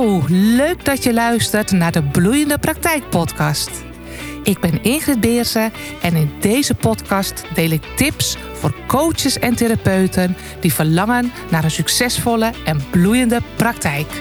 Hallo, leuk dat je luistert naar de Bloeiende Praktijk podcast. Ik ben Ingrid Beersen en in deze podcast deel ik tips voor coaches en therapeuten die verlangen naar een succesvolle en bloeiende praktijk.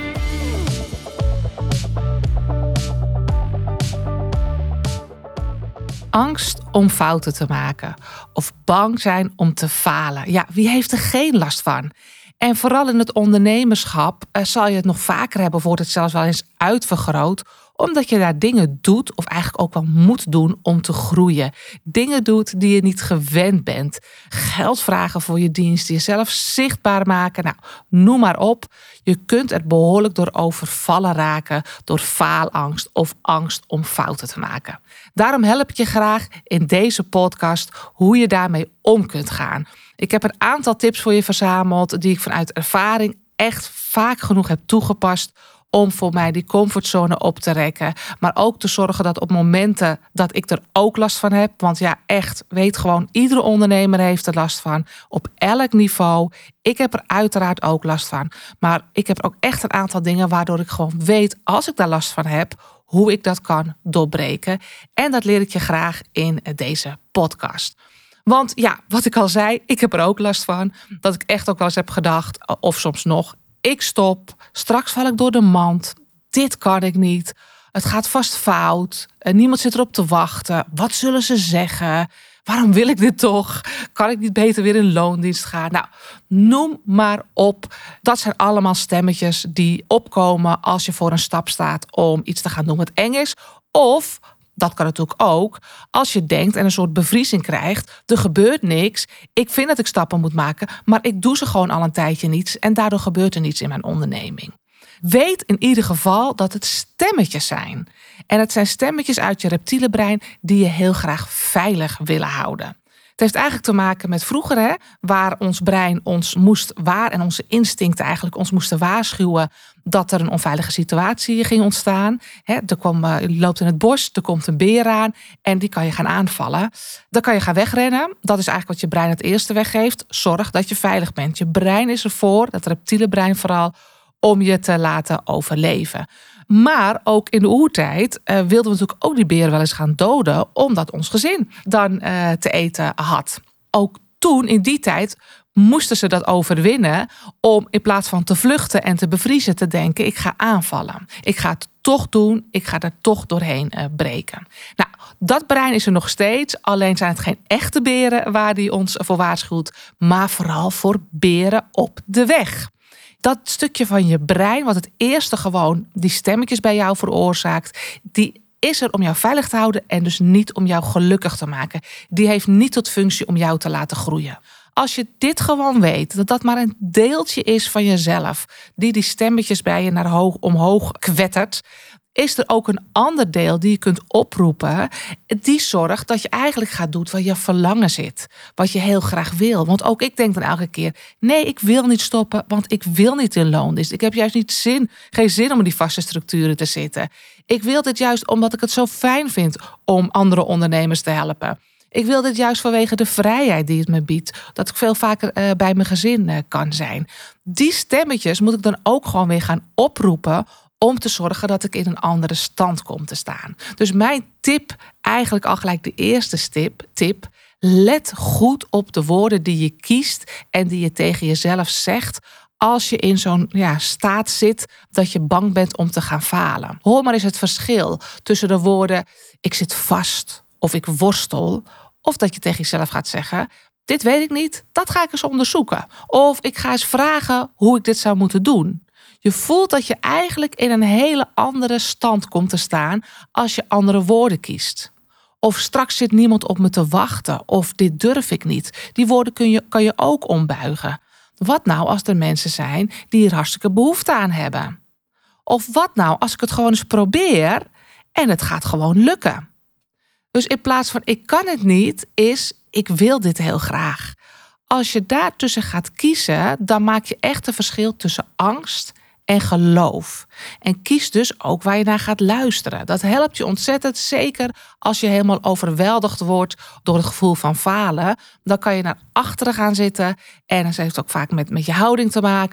Angst om fouten te maken of bang zijn om te falen. Ja, wie heeft er geen last van? En vooral in het ondernemerschap zal je het nog vaker hebben, of wordt het zelfs wel eens uitvergroot, omdat je daar dingen doet, of eigenlijk ook wel moet doen om te groeien. Dingen doet die je niet gewend bent. Geld vragen voor je dienst, jezelf zichtbaar maken. Nou, noem maar op. Je kunt er behoorlijk door overvallen raken door faalangst of angst om fouten te maken. Daarom help ik je graag in deze podcast hoe je daarmee om kunt gaan. Ik heb een aantal tips voor je verzameld die ik vanuit ervaring echt vaak genoeg heb toegepast om voor mij die comfortzone op te rekken. Maar ook te zorgen dat op momenten dat ik er ook last van heb. Want ja, echt, weet gewoon, iedere ondernemer heeft er last van. Op elk niveau. Ik heb er uiteraard ook last van. Maar ik heb ook echt een aantal dingen waardoor ik gewoon weet, als ik daar last van heb, hoe ik dat kan doorbreken. En dat leer ik je graag in deze podcast. Want ja, wat ik al zei, ik heb er ook last van. Dat ik echt ook wel eens heb gedacht, of soms nog, ik stop, straks val ik door de mand. Dit kan ik niet. Het gaat vast fout. Niemand zit erop te wachten. Wat zullen ze zeggen? Waarom wil ik dit toch? Kan ik niet beter weer in loondienst gaan? Nou, noem maar op. Dat zijn allemaal stemmetjes die opkomen als je voor een stap staat om iets te gaan doen wat eng is. Of, dat kan natuurlijk ook, als je denkt en een soort bevriezing krijgt, er gebeurt niks. Ik vind dat ik stappen moet maken, maar ik doe ze gewoon al een tijdje niet en daardoor gebeurt er niets in mijn onderneming. Weet in ieder geval dat het stemmetjes zijn. En het zijn stemmetjes uit je reptiele brein die je heel graag veilig willen houden. Het heeft eigenlijk te maken met vroeger, waar ons brein ons moest en onze instincten eigenlijk ons moesten waarschuwen dat er een onveilige situatie ging ontstaan. Je loopt in het bos, er komt een beer aan en die kan je gaan aanvallen. Dan kan je gaan wegrennen. Dat is eigenlijk wat je brein het eerste weggeeft. Zorg dat je veilig bent. Je brein is ervoor, dat reptiele brein vooral, om je te laten overleven. Maar ook in de oertijd wilden we natuurlijk ook die beren wel eens gaan doden, omdat ons gezin dan te eten had. Ook toen, in die tijd, moesten ze dat overwinnen om in plaats van te vluchten en te bevriezen te denken, ik ga aanvallen. Ik ga het toch doen, ik ga er toch doorheen breken. Nou, dat brein is er nog steeds, alleen zijn het geen echte beren waar die ons voor waarschuwt, maar vooral voor beren op de weg. Dat stukje van je brein, wat het eerste gewoon die stemmetjes bij jou veroorzaakt, die is er om jou veilig te houden en dus niet om jou gelukkig te maken. Die heeft niet tot functie om jou te laten groeien. Als je dit gewoon weet, dat dat maar een deeltje is van jezelf, die stemmetjes bij je omhoog kwettert, is er ook een ander deel die je kunt oproepen, die zorgt dat je eigenlijk gaat doen wat je verlangen zit. Wat je heel graag wil. Want ook ik denk dan elke keer, nee, ik wil niet stoppen, want ik wil niet in loondienst. Ik heb juist geen zin om in die vaste structuren te zitten. Ik wil dit juist omdat ik het zo fijn vind om andere ondernemers te helpen. Ik wil dit juist vanwege de vrijheid die het me biedt. Dat ik veel vaker bij mijn gezin kan zijn. Die stemmetjes moet ik dan ook gewoon weer gaan oproepen om te zorgen dat ik in een andere stand kom te staan. Dus mijn tip, eigenlijk al gelijk de eerste tip. Let goed op de woorden die je kiest en die je tegen jezelf zegt als je in zo'n staat zit dat je bang bent om te gaan falen. Hoor maar eens het verschil tussen de woorden ik zit vast of ik worstel, of dat je tegen jezelf gaat zeggen, dit weet ik niet, dat ga ik eens onderzoeken. Of ik ga eens vragen hoe ik dit zou moeten doen. Je voelt dat je eigenlijk in een hele andere stand komt te staan als je andere woorden kiest. Of straks zit niemand op me te wachten. Of dit durf ik niet. Die woorden kan je ook ombuigen. Wat nou als er mensen zijn die hier hartstikke behoefte aan hebben? Of wat nou als ik het gewoon eens probeer en het gaat gewoon lukken? Dus in plaats van ik kan het niet, is ik wil dit heel graag. Als je daartussen gaat kiezen, dan maak je echt een verschil tussen angst en geloof. En kies dus ook waar je naar gaat luisteren. Dat helpt je ontzettend, zeker als je helemaal overweldigd wordt door het gevoel van falen. Dan kan je naar achteren gaan zitten. En dat heeft ook vaak met je houding te maken.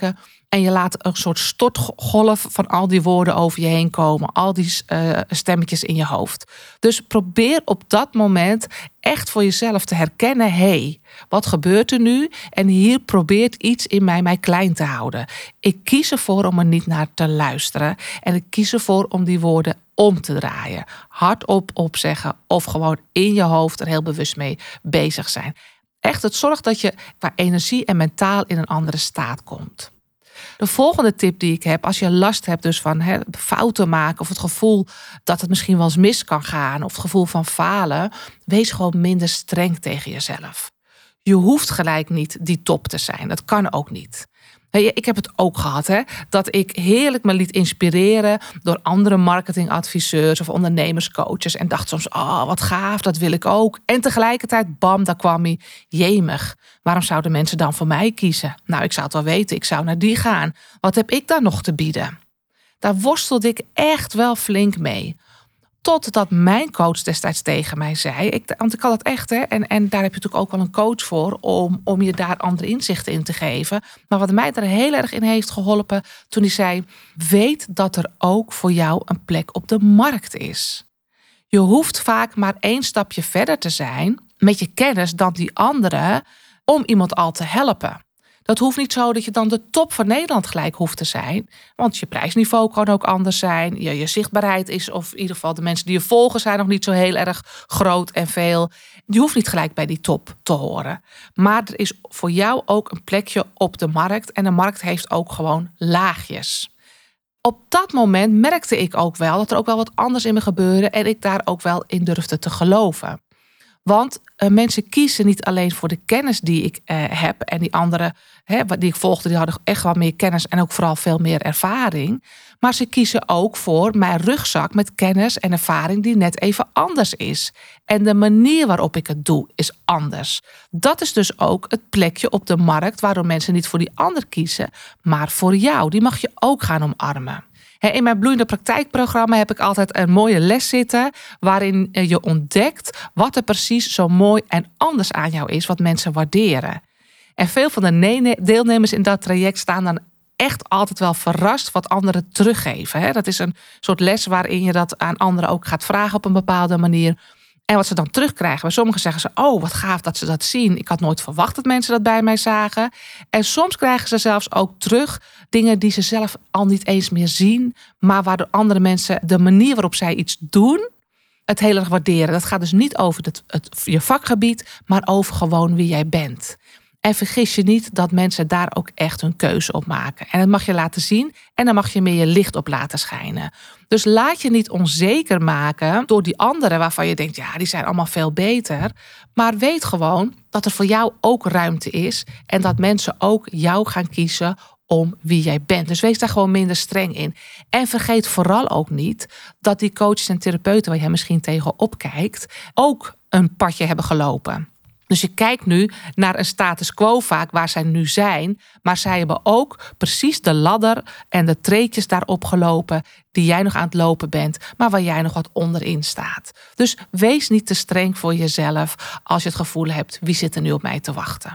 En je laat een soort stortgolf van al die woorden over je heen komen. Al die stemmetjes in je hoofd. Dus probeer op dat moment echt voor jezelf te herkennen. Hé, wat gebeurt er nu? En hier probeert iets in mij klein te houden. Ik kies ervoor om er niet naar te luisteren. En ik kies ervoor om die woorden om te draaien. Hardop opzeggen of gewoon in je hoofd er heel bewust mee bezig zijn. Echt, het zorgt dat je qua energie en mentaal in een andere staat komt. De volgende tip die ik heb, als je last hebt dus van fouten maken of het gevoel dat het misschien wel eens mis kan gaan of het gevoel van falen, wees gewoon minder streng tegen jezelf. Je hoeft gelijk niet die top te zijn. Dat kan ook niet. Ik heb het ook gehad, dat ik heerlijk me liet inspireren door andere marketingadviseurs of ondernemerscoaches. En dacht soms, wat gaaf, dat wil ik ook. En tegelijkertijd, bam, daar kwam hij, jemig. Waarom zouden mensen dan voor mij kiezen? Nou, ik zou het wel weten, ik zou naar die gaan. Wat heb ik daar nog te bieden? Daar worstelde ik echt wel flink mee. Totdat mijn coach destijds tegen mij zei, want ik had het echt, en daar heb je natuurlijk ook wel een coach voor om je daar andere inzichten in te geven. Maar wat mij er heel erg in heeft geholpen, toen hij zei, weet dat er ook voor jou een plek op de markt is. Je hoeft vaak maar 1 stapje verder te zijn met je kennis dan die anderen om iemand al te helpen. Dat hoeft niet zo dat je dan de top van Nederland gelijk hoeft te zijn. Want je prijsniveau kan ook anders zijn. Je zichtbaarheid is, of in ieder geval de mensen die je volgen, zijn nog niet zo heel erg groot en veel. Je hoeft niet gelijk bij die top te horen. Maar er is voor jou ook een plekje op de markt. En de markt heeft ook gewoon laagjes. Op dat moment merkte ik ook wel dat er ook wel wat anders in me gebeurde. En ik daar ook wel in durfde te geloven. Want mensen kiezen niet alleen voor de kennis die ik heb. En die anderen die ik volgde, die hadden echt wel meer kennis. En ook vooral veel meer ervaring. Maar ze kiezen ook voor mijn rugzak met kennis en ervaring die net even anders is. En de manier waarop ik het doe is anders. Dat is dus ook het plekje op de markt waardoor mensen niet voor die ander kiezen. Maar voor jou. Die mag je ook gaan omarmen. In mijn bloeiende praktijkprogramma heb ik altijd een mooie les zitten waarin je ontdekt wat er precies zo mooi en anders aan jou is, wat mensen waarderen. En veel van de deelnemers in dat traject staan dan echt altijd wel verrast wat anderen teruggeven. Dat is een soort les waarin je dat aan anderen ook gaat vragen op een bepaalde manier. En wat ze dan terugkrijgen. Bij sommigen zeggen ze, wat gaaf dat ze dat zien. Ik had nooit verwacht dat mensen dat bij mij zagen. En soms krijgen ze zelfs ook terug dingen die ze zelf al niet eens meer zien. Maar waardoor andere mensen de manier waarop zij iets doen, het heel erg waarderen. Dat gaat dus niet over je vakgebied, maar over gewoon wie jij bent. En vergis je niet dat mensen daar ook echt hun keuze op maken. En dat mag je laten zien en dan mag je meer je licht op laten schijnen. Dus laat je niet onzeker maken door die anderen waarvan je denkt, ja, die zijn allemaal veel beter. Maar weet gewoon dat er voor jou ook ruimte is en dat mensen ook jou gaan kiezen om wie jij bent. Dus wees daar gewoon minder streng in. En vergeet vooral ook niet dat die coaches en therapeuten waar jij misschien tegenop kijkt ook een padje hebben gelopen. Dus je kijkt nu naar een status quo vaak waar zij nu zijn. Maar zij hebben ook precies de ladder en de treetjes daarop gelopen die jij nog aan het lopen bent, maar waar jij nog wat onderin staat. Dus wees niet te streng voor jezelf als je het gevoel hebt, wie zit er nu op mij te wachten?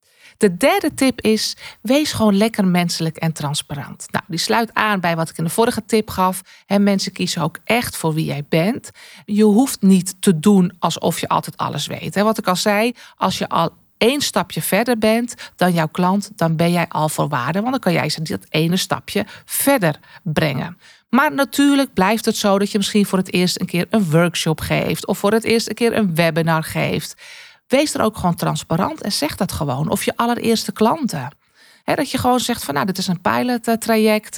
De derde tip is, wees gewoon lekker menselijk en transparant. Nou, die sluit aan bij wat ik in de vorige tip gaf. Mensen kiezen ook echt voor wie jij bent. Je hoeft niet te doen alsof je altijd alles weet. Wat ik al zei, als je al 1 stapje verder bent dan jouw klant, dan ben jij al voor waarde. Want dan kan jij ze dat ene stapje verder brengen. Maar natuurlijk blijft het zo dat je misschien voor het eerst een keer een workshop geeft. Of voor het eerst een keer een webinar geeft. Wees er ook gewoon transparant en zeg dat gewoon. Of je allereerste klanten. Dat je gewoon zegt van, dit is een pilottraject.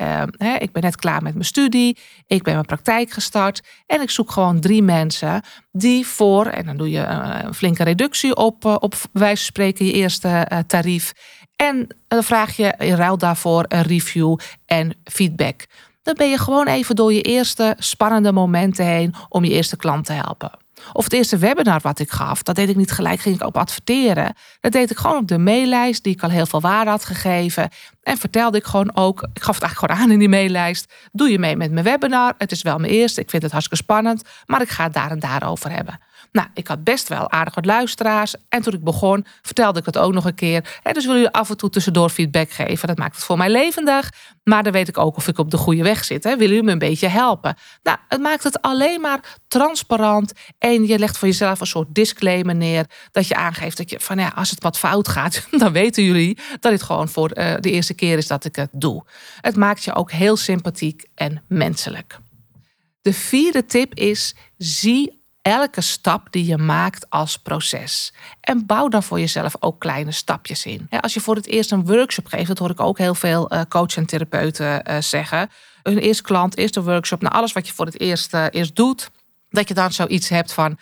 Ik ben net klaar met mijn studie. Ik ben mijn praktijk gestart. En ik zoek gewoon 3 mensen die voor, en dan doe je een flinke reductie op wijze van spreken je eerste tarief. En dan vraag je in ruil daarvoor een review en feedback. Dan ben je gewoon even door je eerste spannende momenten heen om je eerste klant te helpen. Of het eerste webinar wat ik gaf, dat deed ik niet gelijk, ging ik op adverteren. Dat deed ik gewoon op de maillijst die ik al heel veel waarde had gegeven. En vertelde ik gewoon ook, ik gaf het eigenlijk gewoon aan in die maillijst. Doe je mee met mijn webinar? Het is wel mijn eerste, ik vind het hartstikke spannend, maar ik ga het daar en daar over hebben. Nou, ik had best wel aardig wat luisteraars. En toen ik begon, vertelde ik het ook nog een keer. Dus willen jullie af en toe tussendoor feedback geven? Dat maakt het voor mij levendig. Maar dan weet ik ook of ik op de goede weg zit. Willen jullie me een beetje helpen? Nou, het maakt het alleen maar transparant. En je legt voor jezelf een soort disclaimer neer. Dat je aangeeft dat je van als het wat fout gaat, dan weten jullie dat dit gewoon voor de eerste keer is dat ik het doe. Het maakt je ook heel sympathiek en menselijk. De 4e tip is: zie elke stap die je maakt als proces. En bouw dan voor jezelf ook kleine stapjes in. Als je voor het eerst een workshop geeft, dat hoor ik ook heel veel coaches en therapeuten zeggen. Een eerste klant, eerste workshop, alles wat je voor het eerst doet, dat je dan zoiets hebt van: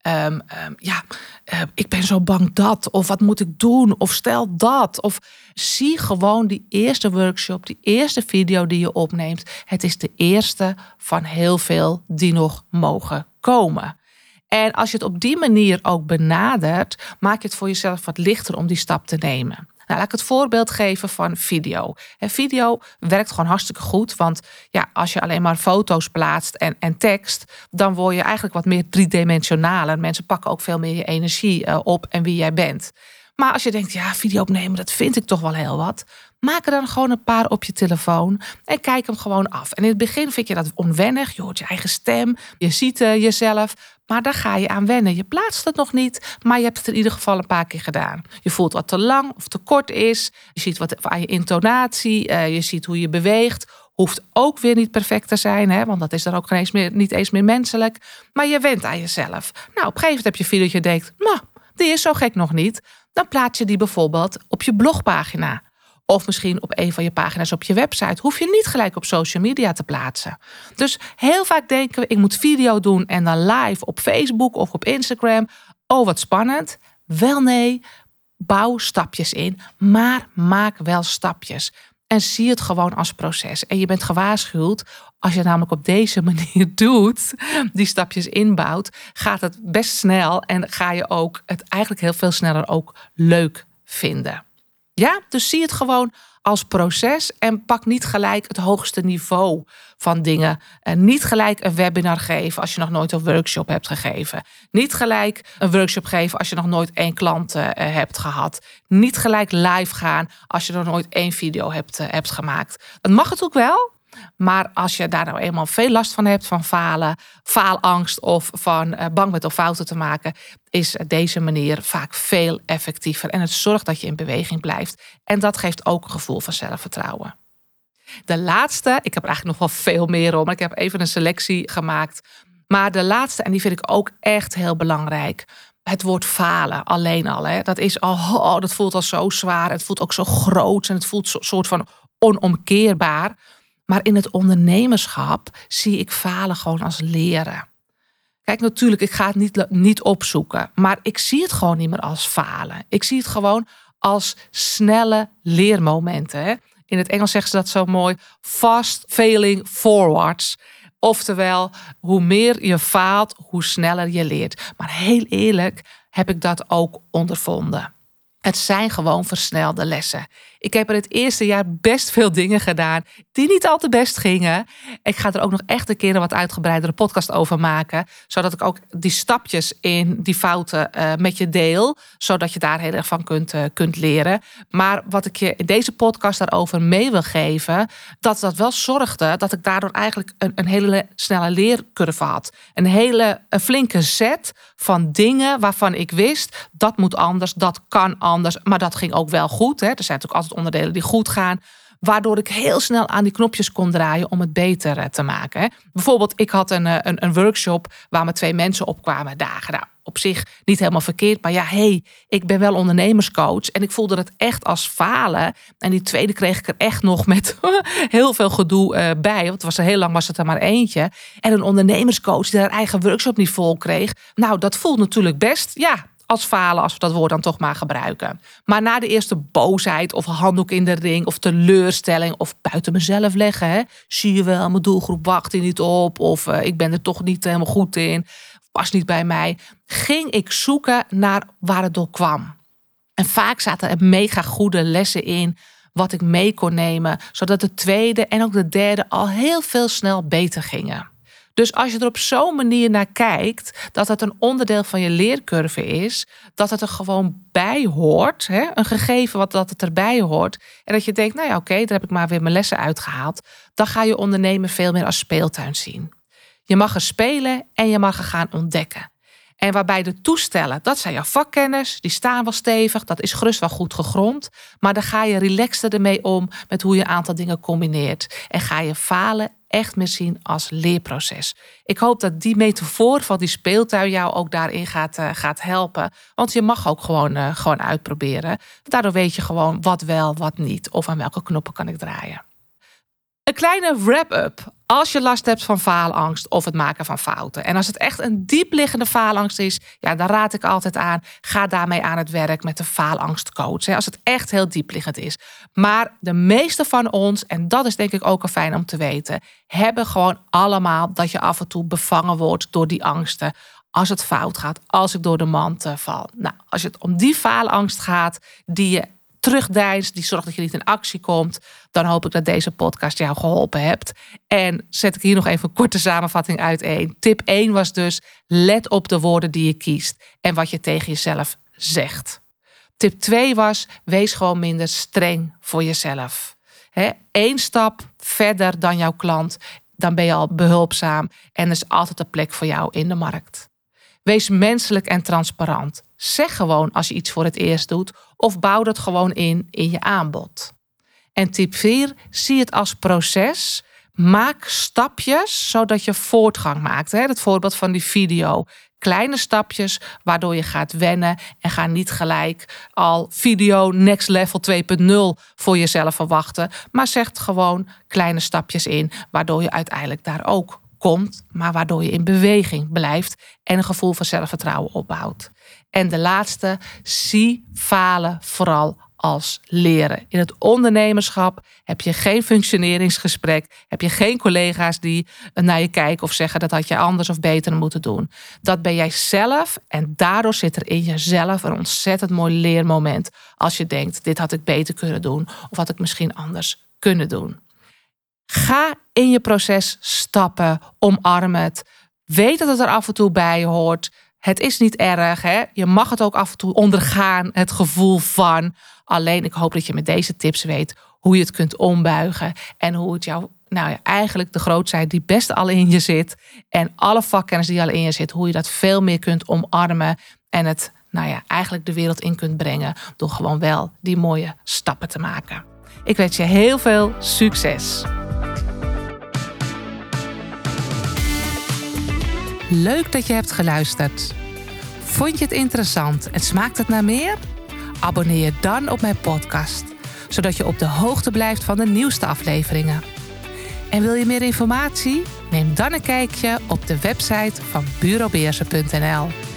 ik ben zo bang dat. Of wat moet ik doen? Of stel dat. Of zie gewoon die eerste workshop, die eerste video die je opneemt. Het is de eerste van heel veel die nog mogen komen. En als je het op die manier ook benadert, maak je het voor jezelf wat lichter om die stap te nemen. Nou, laat ik het voorbeeld geven van video. Video werkt gewoon hartstikke goed. Want als je alleen maar foto's plaatst en tekst, dan word je eigenlijk wat meer driedimensionaal. En mensen pakken ook veel meer je energie op en wie jij bent. Maar als je denkt, video opnemen, dat vind ik toch wel heel wat. Maak er dan gewoon een paar op je telefoon en kijk hem gewoon af. En in het begin vind je dat onwennig. Je hoort je eigen stem, je ziet jezelf. Maar daar ga je aan wennen. Je plaatst het nog niet, maar je hebt het in ieder geval een paar keer gedaan. Je voelt wat te lang of te kort is. Je ziet wat aan je intonatie. Je ziet hoe je beweegt. Hoeft ook weer niet perfect te zijn, want dat is dan ook niet eens meer menselijk. Maar je went aan jezelf. Nou, op een gegeven moment heb je een video dat je denkt, die is zo gek nog niet. Dan plaats je die bijvoorbeeld op je blogpagina. Of misschien op een van je pagina's op je website. Hoef je niet gelijk op social media te plaatsen. Dus heel vaak denken we, ik moet video doen en dan live op Facebook of op Instagram. Oh, wat spannend. Wel nee, bouw stapjes in. Maar maak wel stapjes. En zie het gewoon als proces. En je bent gewaarschuwd, als je namelijk op deze manier doet, die stapjes inbouwt, gaat het best snel en ga je ook het eigenlijk heel veel sneller ook leuk vinden. Dus zie het gewoon als proces en pak niet gelijk het hoogste niveau van dingen. Niet gelijk een webinar geven als je nog nooit een workshop hebt gegeven. Niet gelijk een workshop geven als je nog nooit 1 klant hebt gehad. Niet gelijk live gaan als je nog nooit 1 video hebt gemaakt. Het mag natuurlijk wel. Maar als je daar nou eenmaal veel last van hebt, van falen, faalangst of van bang bent om fouten te maken, is deze manier vaak veel effectiever. En het zorgt dat je in beweging blijft. En dat geeft ook een gevoel van zelfvertrouwen. De laatste, ik heb er eigenlijk nog wel veel meer om, maar ik heb even een selectie gemaakt. Maar de laatste, en die vind ik ook echt heel belangrijk. Het woord falen alleen al. Dat is al, dat voelt al zo zwaar. Het voelt ook zo groot en het voelt een soort van onomkeerbaar. Maar in het ondernemerschap zie ik falen gewoon als leren. Kijk, natuurlijk, ik ga het niet opzoeken. Maar ik zie het gewoon niet meer als falen. Ik zie het gewoon als snelle leermomenten. In het Engels zeggen ze dat zo mooi. Fast failing forwards. Oftewel, hoe meer je faalt, hoe sneller je leert. Maar heel eerlijk heb ik dat ook ondervonden. Het zijn gewoon versnelde lessen. Ik heb er het eerste jaar best veel dingen gedaan die niet al te best gingen. Ik ga er ook nog echt een keer een wat uitgebreidere podcast over maken. Zodat ik ook die stapjes in die fouten met je deel. Zodat je daar heel erg van kunt leren. Maar wat ik je in deze podcast daarover mee wil geven, dat wel zorgde dat ik daardoor eigenlijk een hele snelle leercurve had. Een hele flinke set van dingen waarvan ik wist, dat moet anders, dat kan anders. Maar dat ging ook wel goed. Er zijn natuurlijk altijd onderdelen die goed gaan. Waardoor ik heel snel aan die knopjes kon draaien om het beter te maken. Bijvoorbeeld, ik had een workshop waar me 2 mensen op kwamen dagen. Nou, op zich niet helemaal verkeerd. Maar ik ben wel ondernemerscoach. En ik voelde het echt als falen. En die tweede kreeg ik er echt nog met heel veel gedoe bij. Want heel lang was het er maar eentje. En een ondernemerscoach die haar eigen workshop niet vol kreeg. Nou, dat voelt natuurlijk best, als falen, als we dat woord dan toch maar gebruiken. Maar na de eerste boosheid of handdoek in de ring of teleurstelling of buiten mezelf leggen. Zie je wel, mijn doelgroep wacht hier niet op. Of ik ben er toch niet helemaal goed in. Past niet bij mij. Ging ik zoeken naar waar het door kwam. En vaak zaten er mega goede lessen in wat ik mee kon nemen. Zodat de tweede en ook de derde al heel veel snel beter gingen. Dus als je er op zo'n manier naar kijkt, dat het een onderdeel van je leercurve is, dat het er gewoon bij hoort, hè? Een gegeven dat het erbij hoort, en dat je denkt, nou ja, oké, daar heb ik maar weer mijn lessen uitgehaald, dan ga je ondernemen veel meer als speeltuin zien. Je mag er spelen en je mag er gaan ontdekken. En waarbij de toestellen, dat zijn jouw vakkennis, die staan wel stevig, dat is gerust wel goed gegrond. Maar dan ga je relaxter ermee om met hoe je een aantal dingen combineert. En ga je falen echt meer zien als leerproces. Ik hoop dat die metafoor van die speeltuin jou ook daarin gaat helpen. Want je mag ook gewoon uitproberen. Daardoor weet je gewoon wat wel, wat niet. Of aan welke knoppen kan ik draaien. Een kleine wrap-up. Als je last hebt van faalangst of het maken van fouten. En als het echt een diepliggende faalangst is, ja, dan raad ik altijd aan, ga daarmee aan het werk met de faalangstcoach. Als het echt heel diepliggend is. Maar de meeste van ons, en dat is denk ik ook al fijn om te weten, hebben gewoon allemaal dat je af en toe bevangen wordt door die angsten. Als het fout gaat, als ik door de mand val. Nou, als het om die faalangst gaat, die je terugdeinst, die zorgt dat je niet in actie komt, dan hoop ik dat deze podcast jou geholpen hebt. En zet ik hier nog even een korte samenvatting uiteen. Tip 1 was dus, let op de woorden die je kiest en wat je tegen jezelf zegt. Tip 2 was, wees gewoon minder streng voor jezelf. 1 stap verder dan jouw klant, dan ben je al behulpzaam en er is altijd een plek voor jou in de markt. Wees menselijk en transparant. Zeg gewoon als je iets voor het eerst doet of bouw dat gewoon in je aanbod. En tip 4, zie het als proces. Maak stapjes zodat je voortgang maakt. Het voorbeeld van die video. Kleine stapjes waardoor je gaat wennen en ga niet gelijk al video next level 2.0 voor jezelf verwachten. Maar zeg gewoon kleine stapjes in waardoor je uiteindelijk daar ook komt, maar waardoor je in beweging blijft en een gevoel van zelfvertrouwen opbouwt. En de laatste, zie falen vooral als leren. In het ondernemerschap heb je geen functioneringsgesprek, heb je geen collega's die naar je kijken of zeggen dat had je anders of beter moeten doen. Dat ben jij zelf en daardoor zit er in jezelf een ontzettend mooi leermoment als je denkt, dit had ik beter kunnen doen of had ik misschien anders kunnen doen. Ga in je proces stappen, omarm het. Weet dat het er af en toe bij hoort. Het is niet erg, hè? Je mag het ook af en toe ondergaan, het gevoel van. Alleen ik hoop dat je met deze tips weet hoe je het kunt ombuigen. En hoe het jou, eigenlijk de grootheid die best al in je zit. En alle vakkennis die al in je zit, hoe je dat veel meer kunt omarmen. En het, eigenlijk de wereld in kunt brengen. Door gewoon wel die mooie stappen te maken. Ik wens je heel veel succes. Leuk dat je hebt geluisterd. Vond je het interessant en smaakt het naar meer? Abonneer je dan op mijn podcast, zodat je op de hoogte blijft van de nieuwste afleveringen. En wil je meer informatie? Neem dan een kijkje op de website van bureaubeheerser.nl.